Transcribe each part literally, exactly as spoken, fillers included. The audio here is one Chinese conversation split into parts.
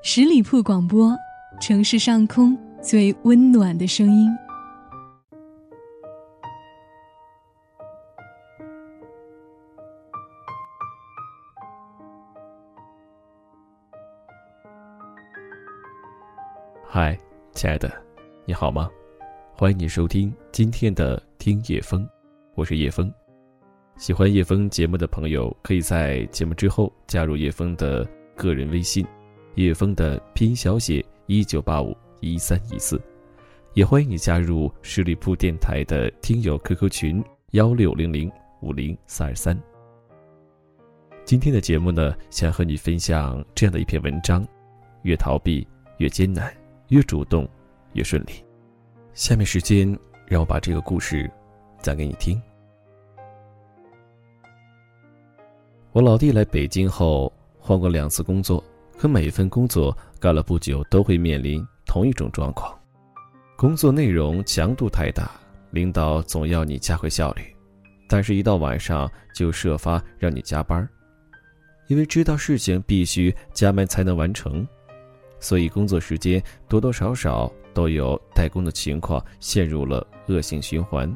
十里铺广播，城市上空最温暖的声音。 嗨，亲爱的，你好吗？欢迎你收听今天的听叶风，我是叶风。喜欢叶风节目的朋友，可以在节目之后加入叶风的个人微信，叶风的拼音小写一九八五一三一四，也欢迎你加入十里铺电台的听友 Q Q 群幺六零零五零三二三。今天的节目呢，想和你分享这样的一篇文章：越逃避越艰难，越主动越顺利。下面时间让我把这个故事讲给你听。我老弟来北京后换过两次工作，可每份工作干了不久都会面临同一种状况，工作内容强度太大，领导总要你加快效率，但是一到晚上就设法让你加班，因为知道事情必须加班才能完成，所以工作时间多多少少都有怠工的情况，陷入了恶性循环。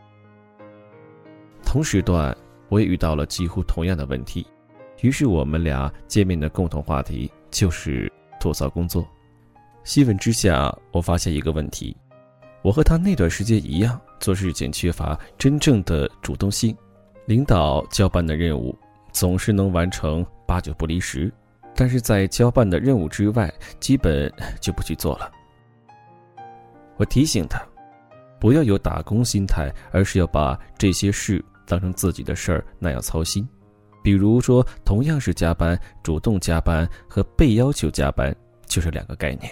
同时段我也遇到了几乎同样的问题，于是我们俩见面的共同话题就是吐槽工作。细问之下，我发现一个问题，我和他那段时间一样，做事情缺乏真正的主动性，领导交办的任务总是能完成八九不离十，但是在交办的任务之外，基本就不去做了。我提醒他，不要有打工心态，而是要把这些事当成自己的事儿那样操心。比如说，同样是加班，主动加班和被要求加班就是两个概念。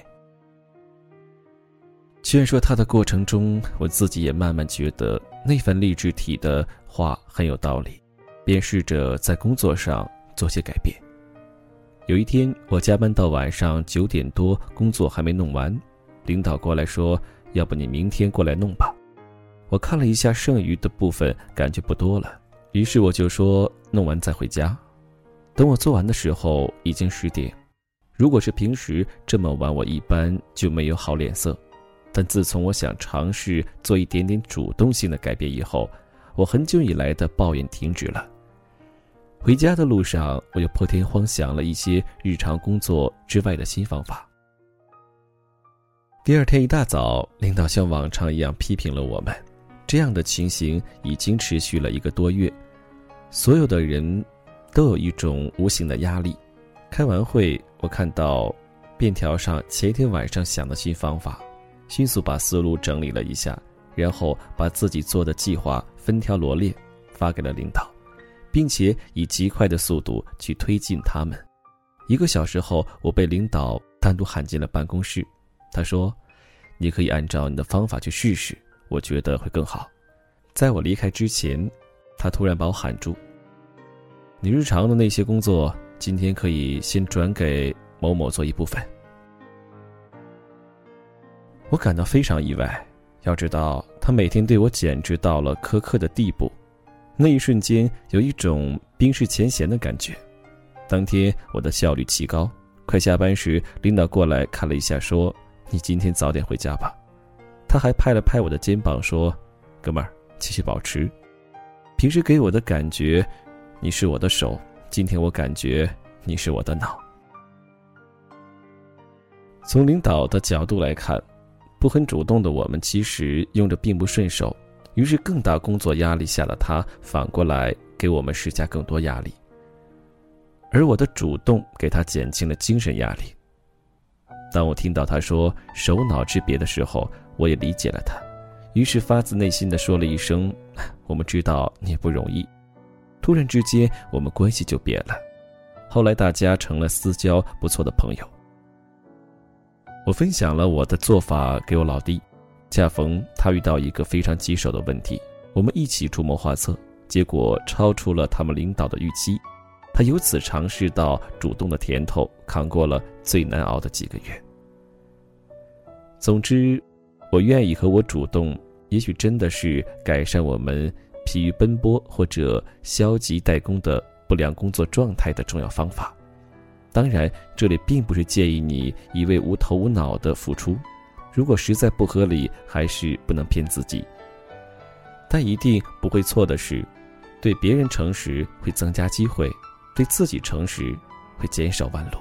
劝说他的过程中，我自己也慢慢觉得那份励志体的话很有道理，便试着在工作上做些改变。有一天，我加班到晚上九点多，工作还没弄完，领导过来说，要不你明天过来弄吧。我看了一下剩余的部分，感觉不多了，于是我就说弄完再回家。等我做完的时候已经十点，如果是平时这么晚，我一般就没有好脸色，但自从我想尝试做一点点主动性的改变以后，我很久以来的抱怨停止了。回家的路上，我又破天荒想了一些日常工作之外的新方法。第二天一大早，领导像往常一样批评了我们，这样的情形已经持续了一个多月，所有的人都有一种无形的压力。开完会，我看到便条上前一天晚上想的新方法，迅速把思路整理了一下，然后把自己做的计划分条罗列发给了领导，并且以极快的速度去推进他们。一个小时后，我被领导单独喊进了办公室，他说，你可以按照你的方法去试试，我觉得会更好。在我离开之前，他突然把我喊住，你日常的那些工作今天可以先转给某某做一部分。我感到非常意外，要知道他每天对我简直到了苛刻的地步，那一瞬间有一种冰释前嫌的感觉。当天我的效率奇高，快下班时，领导过来看了一下说，你今天早点回家吧。他还拍了拍我的肩膀说，哥们儿，继续保持。平时给我的感觉，你是我的手，今天我感觉你是我的脑。从领导的角度来看，不很主动的我们其实用着并不顺手，于是更大工作压力下的他反过来给我们施加更多压力，而我的主动给他减轻了精神压力。当我听到他说手脑之别的时候，我也理解了他，于是发自内心地说了一声，我们知道你也不容易。突然之间我们关系就变了，后来大家成了私交不错的朋友。我分享了我的做法给我老弟，恰逢他遇到一个非常棘手的问题，我们一起出谋划策，结果超出了他们领导的预期，他由此尝试到主动的甜头，扛过了最难熬的几个月。总之，我愿意和我主动，也许真的是改善我们疲于奔波或者消极怠工的不良工作状态的重要方法。 当然，这里并不是建议你一味无头无脑的付出，如果实在不合理，还是不能骗自己。但一定不会错的是，对别人诚实会增加机会，对自己诚实会减少弯路。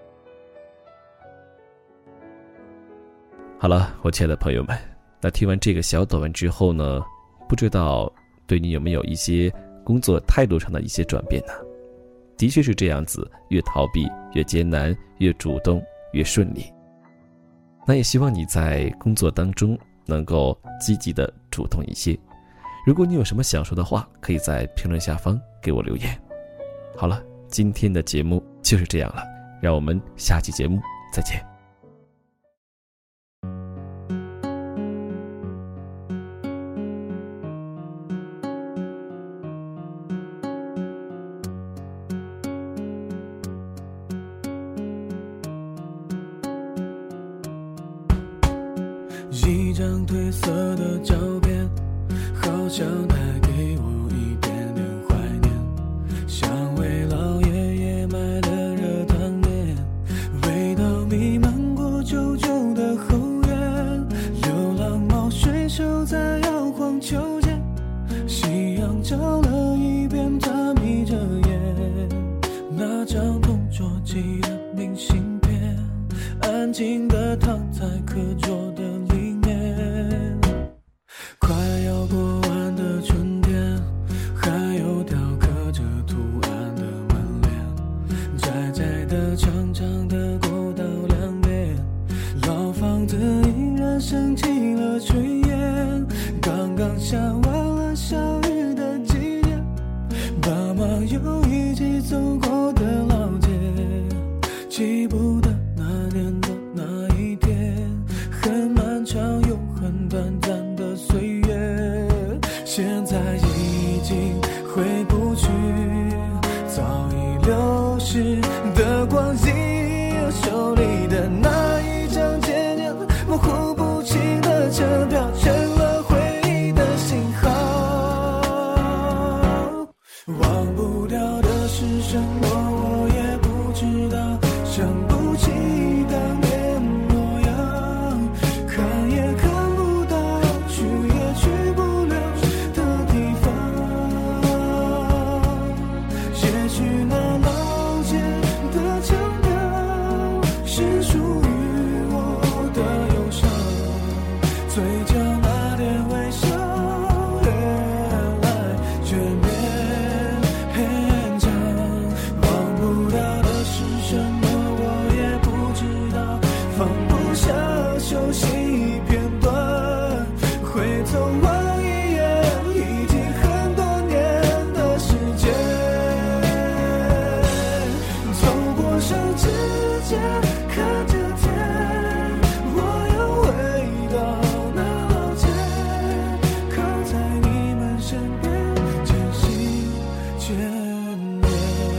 好了，我亲爱的朋友们，那听完这个小短文之后呢，不知道对你有没有一些工作态度上的一些转变呢？的确是这样子，越逃避越艰难，越主动越顺利。那也希望你在工作当中能够积极的主动一些。如果你有什么想说的话，可以在评论下方给我留言。好了，今天的节目就是这样了，让我们下期节目再见。 一张褪色的照片，好像带给我一点点怀念，像为老爷爷买的热汤面，味道弥漫过旧旧的后院，流浪猫睡熟在摇晃秋千，夕阳照了一遍，它眯着眼，那张同桌寄的明信片，安静地躺在课桌的里面，快要过完的春天，还有雕刻着图案的门帘，窄窄的长长的过道两边，老房子依然升起了炊烟，刚刚下完了小雨的季节，爸妈又一起走过的老街，记不得那年的那一天，很漫长又很短暂的岁月，现在已经回不去，早已流逝的光阴，手里的那一张渐渐模糊不清的车票，成了回忆的信号。忘不掉的是什么，我也不知道，想不起当年模样，看也看不到，去也去不了的地方，也许那老街的腔调是属于我的忧伤，嘴角那点微笑越来越绵长，忘不掉的是什么，我也不知道，放不下熟悉片段，回头望一眼，已经很多年的时间，走过手指尖，看着天，我又回到那老街，靠在你们身边，渐行渐远。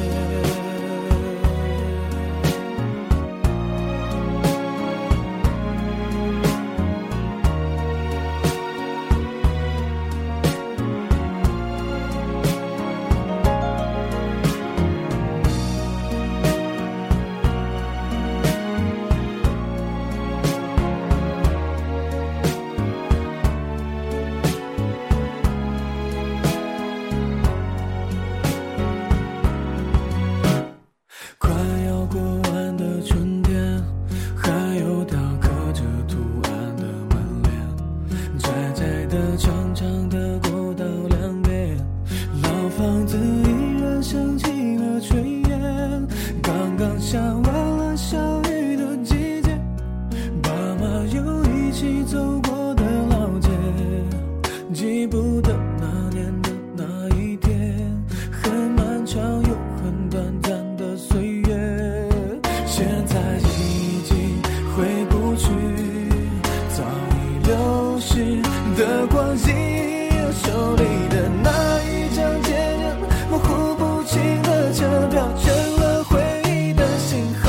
快要过完的春天，还有雕刻着图案的门帘，窄窄的长长的过道两边，老房子依然升起了炊烟，刚刚下完了小雨的季节，爸妈又一起走过的老街，记不得那年的那一天，很漫长又很短暂的岁月，现在已经回不去，早已流逝的光阴，手里的那一张渐渐模糊不清的车票，成了回忆的信号。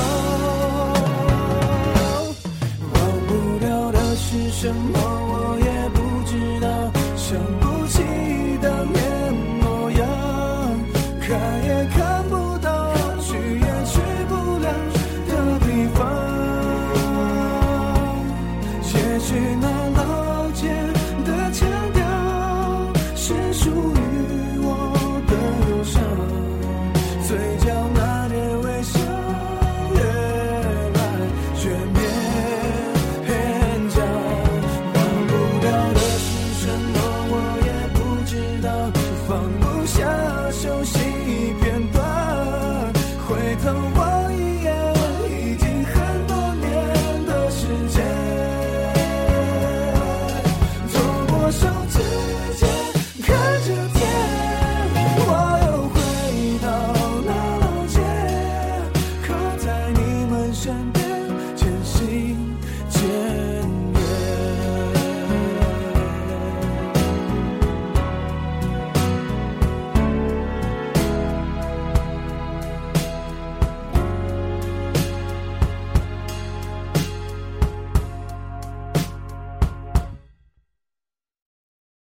忘不掉的是什么，我也不知道，想不起当年模样，看也看不到，去也去不了心，借